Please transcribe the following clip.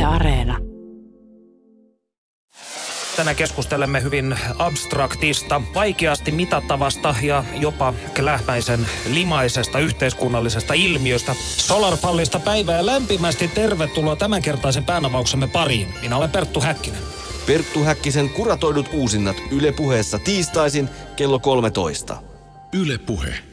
Yle Areena. Tänään keskustelemme hyvin abstraktista, vaikeasti mitattavasta ja jopa klähmäisen limaisesta yhteiskunnallisesta ilmiöstä. Solarpallista päivää ja lämpimästi tervetuloa tämänkertaisen päänavauksemme pariin. Minä olen Perttu Häkkinen. Perttu Häkkisen kuratoidut uusinnat Yle Puheessa tiistaisin kello 13. Yle Puhe.